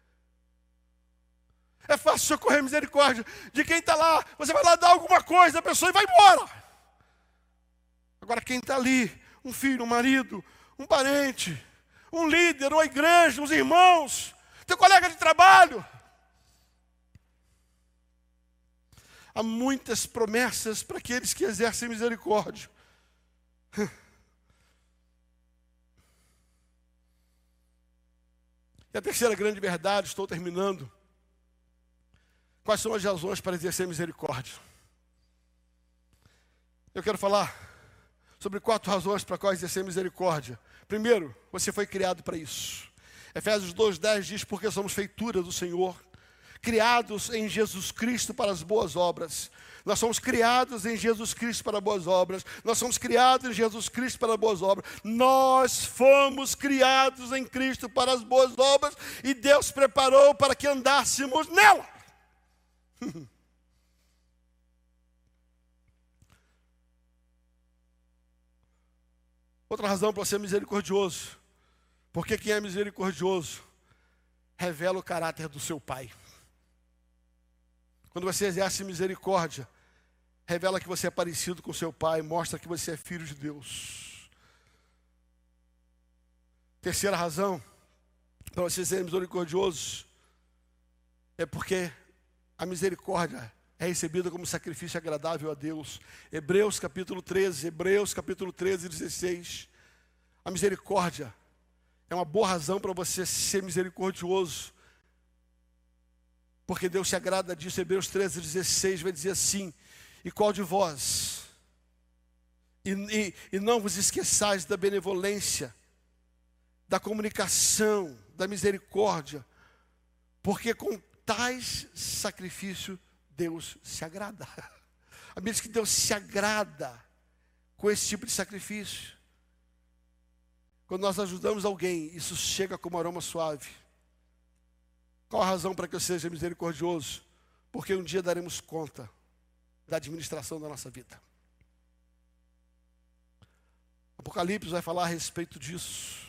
É fácil socorrer misericórdia de quem está lá. Você vai lá dar alguma coisa, a pessoa e vai embora. Agora quem está ali, um filho, um marido, um parente, um líder, uma igreja, uns irmãos, teu colega de trabalho. Há muitas promessas para aqueles que exercem misericórdia. E a terceira grande verdade, estou terminando. Quais são as razões para exercer misericórdia? Eu quero falar sobre 4 razões para quais exercer misericórdia. Primeiro, você foi criado para isso. Efésios 2:10 diz, porque somos feitura do Senhor, criados em Jesus Cristo para as boas obras. Nós somos criados em Jesus Cristo para boas obras. Nós somos criados em Jesus Cristo para boas obras. Nós fomos criados em Cristo para as boas obras e Deus preparou para que andássemos nela. Outra razão para ser misericordioso, porque quem é misericordioso revela o caráter do seu Pai. Quando você exerce misericórdia, revela que você é parecido com seu Pai, mostra que você é filho de Deus. Terceira razão para você ser misericordioso é porque a misericórdia é recebida como sacrifício agradável a Deus. Hebreus capítulo 13, 16. A misericórdia é uma boa razão para você ser misericordioso, porque Deus se agrada disso. Hebreus 13, 16 vai dizer assim, e qual de vós, e não vos esqueçais da benevolência, da comunicação, da misericórdia, porque com tais sacrifício Deus se agrada. A Bíblia diz que Deus se agrada com esse tipo de sacrifício. Quando nós ajudamos alguém, isso chega como aroma suave. Qual a razão para que eu seja misericordioso? Porque um dia daremos conta da administração da nossa vida. Apocalipse vai falar a respeito disso.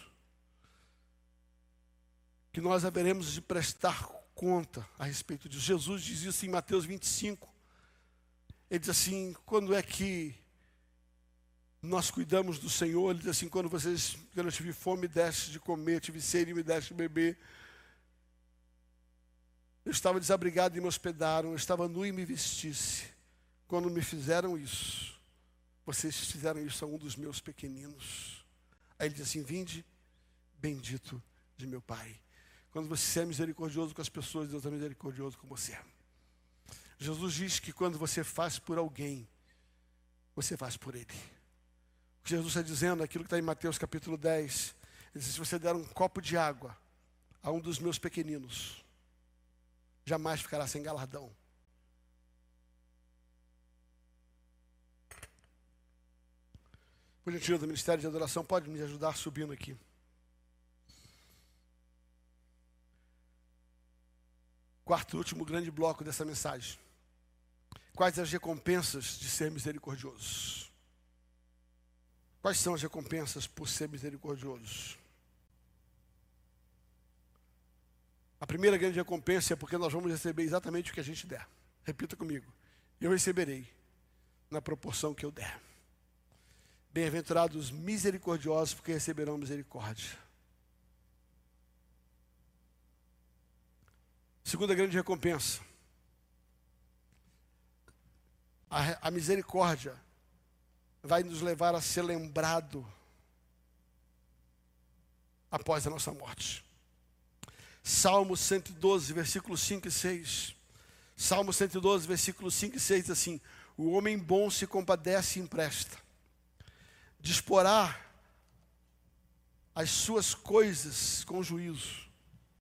Que nós haveremos de prestar conta a respeito disso. Jesus diz isso em Mateus 25. Ele diz assim, quando é que nós cuidamos do Senhor? Ele diz assim, quando eu tive fome, me deste de comer, tive sede, me deste de beber. Eu estava desabrigado e me hospedaram, eu estava nu e me vestisse. Quando me fizeram isso, vocês fizeram isso a um dos meus pequeninos. Aí ele diz assim, vinde, bendito de meu Pai. Quando você é misericordioso com as pessoas, Deus é misericordioso com você. Jesus diz que quando você faz por alguém, você faz por ele. O que Jesus está dizendo, aquilo que está em Mateus capítulo 10, ele diz, se você der um copo de água a um dos meus pequeninos, jamais ficará sem galardão. Por gentileza, do Ministério de Adoração, pode me ajudar subindo aqui. Quarto e último grande bloco dessa mensagem. Quais as recompensas de ser misericordioso? Quais são as recompensas por ser misericordioso? A primeira grande recompensa é porque nós vamos receber exatamente o que a gente der. Repita comigo. Eu receberei na proporção que eu der. Bem-aventurados misericordiosos, porque receberão misericórdia. Segunda grande recompensa. A misericórdia vai nos levar a ser lembrado após a nossa morte. Salmo 112, versículos 5 e 6. Salmo 112, versículos 5 e 6 diz assim, o homem bom se compadece e empresta. Disporá as suas coisas com juízo.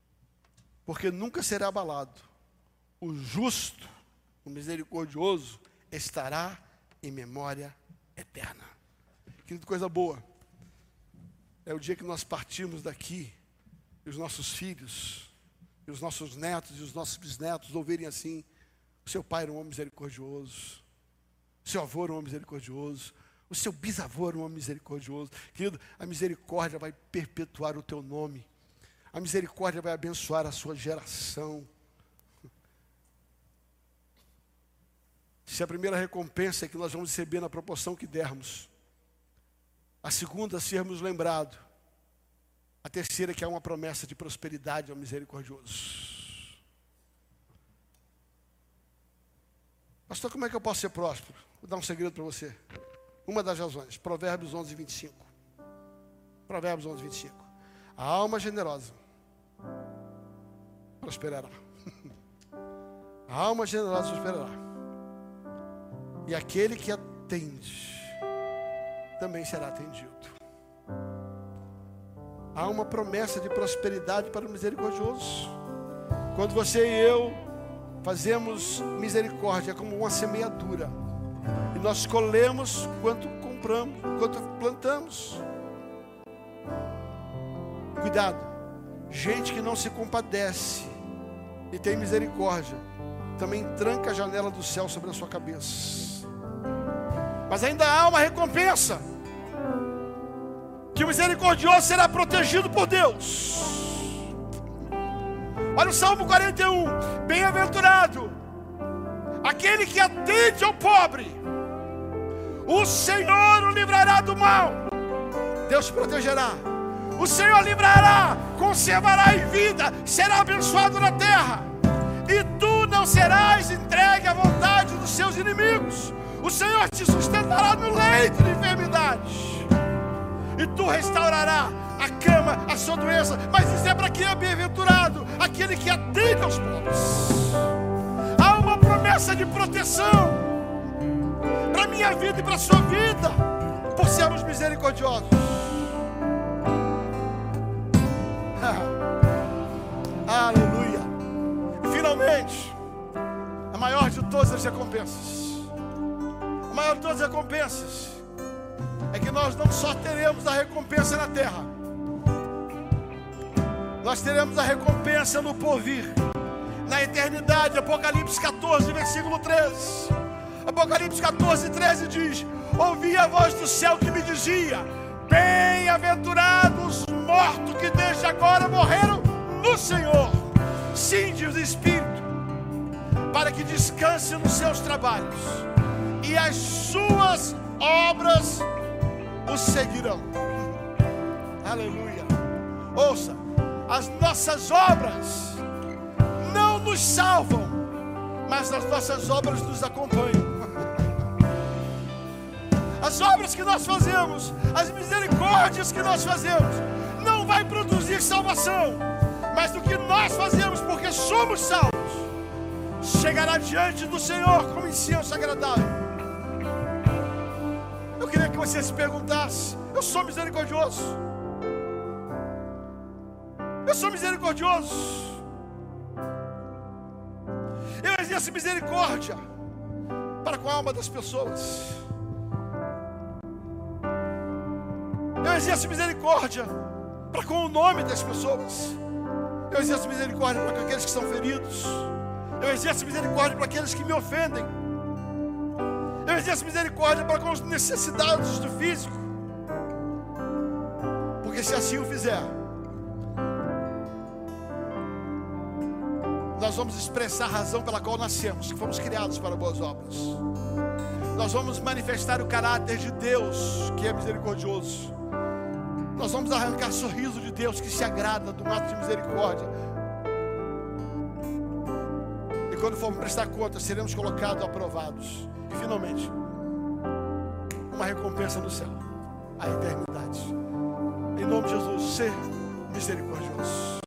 porque nunca será abalado. O justo, o misericordioso, estará em memória eterna. Querido, coisa boa. É o dia que nós partimos daqui, e os nossos filhos, e os nossos netos, e os nossos bisnetos ouvirem assim: o seu pai era um homem misericordioso, o seu avô era um homem misericordioso, o seu bisavô era um homem misericordioso. Querido, a misericórdia vai perpetuar o teu nome. A misericórdia vai abençoar a sua geração. Se a primeira recompensa é que nós vamos receber na proporção que dermos, a segunda, sermos lembrados, a terceira, que é uma promessa de prosperidade ao misericordioso. Pastor, como é que eu posso ser próspero? Vou dar um segredo para você. Uma das razões, Provérbios 11, 25. Provérbios 11, 25. A alma generosa prosperará. A alma generosa prosperará. E aquele que atende também será atendido. Há uma promessa de prosperidade para o misericordioso. Quando você e eu fazemos misericórdia como uma semeadura, e nós colhemos quanto compramos, quanto plantamos. Cuidado, gente que não se compadece e tem misericórdia, também tranca a janela do céu sobre a sua cabeça. Mas ainda há uma recompensa, que o misericordioso será protegido por Deus. Olha o Salmo 41. Bem-aventurado aquele que atende ao pobre, o Senhor o livrará do mal. Deus protegerá. O Senhor livrará, conservará em vida, será abençoado na terra. E tu não serás entregue à vontade dos seus inimigos. O Senhor te sustentará no leito de enfermidade, e tu restaurará a cama, a sua doença. Mas isso é para quem é bem-aventurado, aquele que atende aos pobres. Há uma promessa de proteção para a minha vida e para a sua vida, por sermos misericordiosos. Aleluia. E finalmente, a maior de todas as recompensas, a maior de todas as recompensas, é que nós não só teremos a recompensa na terra, nós teremos a recompensa no porvir, na eternidade. Apocalipse 14, versículo 13. Apocalipse 14, 13 diz: ouvi a voz do céu que me dizia: bem-aventurados os mortos que desde agora morreram no Senhor. Sim, diz o Espírito, para que descanse nos seus trabalhos, e as suas obras o seguirão. Aleluia. Ouça, as nossas obras não nos salvam, mas as nossas obras nos acompanham. As obras que nós fazemos, as misericórdias que nós fazemos, não vai produzir salvação, mas do que nós fazemos porque somos salvos, chegará diante do Senhor como incenso agradável. Eu queria que você se perguntasse: eu sou misericordioso? Eu sou misericordioso? Eu exerço misericórdia para com a alma das pessoas? Eu exerço misericórdia para com o nome das pessoas? Eu exerço misericórdia para aqueles que são feridos? Eu exerço misericórdia para aqueles que me ofendem? Eu exerço misericórdia para com as necessidades do físico? Porque se assim o fizer, nós vamos expressar a razão pela qual nascemos, que fomos criados para boas obras. Nós vamos manifestar o caráter de Deus, que é misericordioso. Nós vamos arrancar sorriso de Deus, que se agrada do ato de misericórdia. E quando formos prestar contas, seremos colocados aprovados. E finalmente, uma recompensa no céu, a eternidade. Em nome de Jesus, ser misericordioso.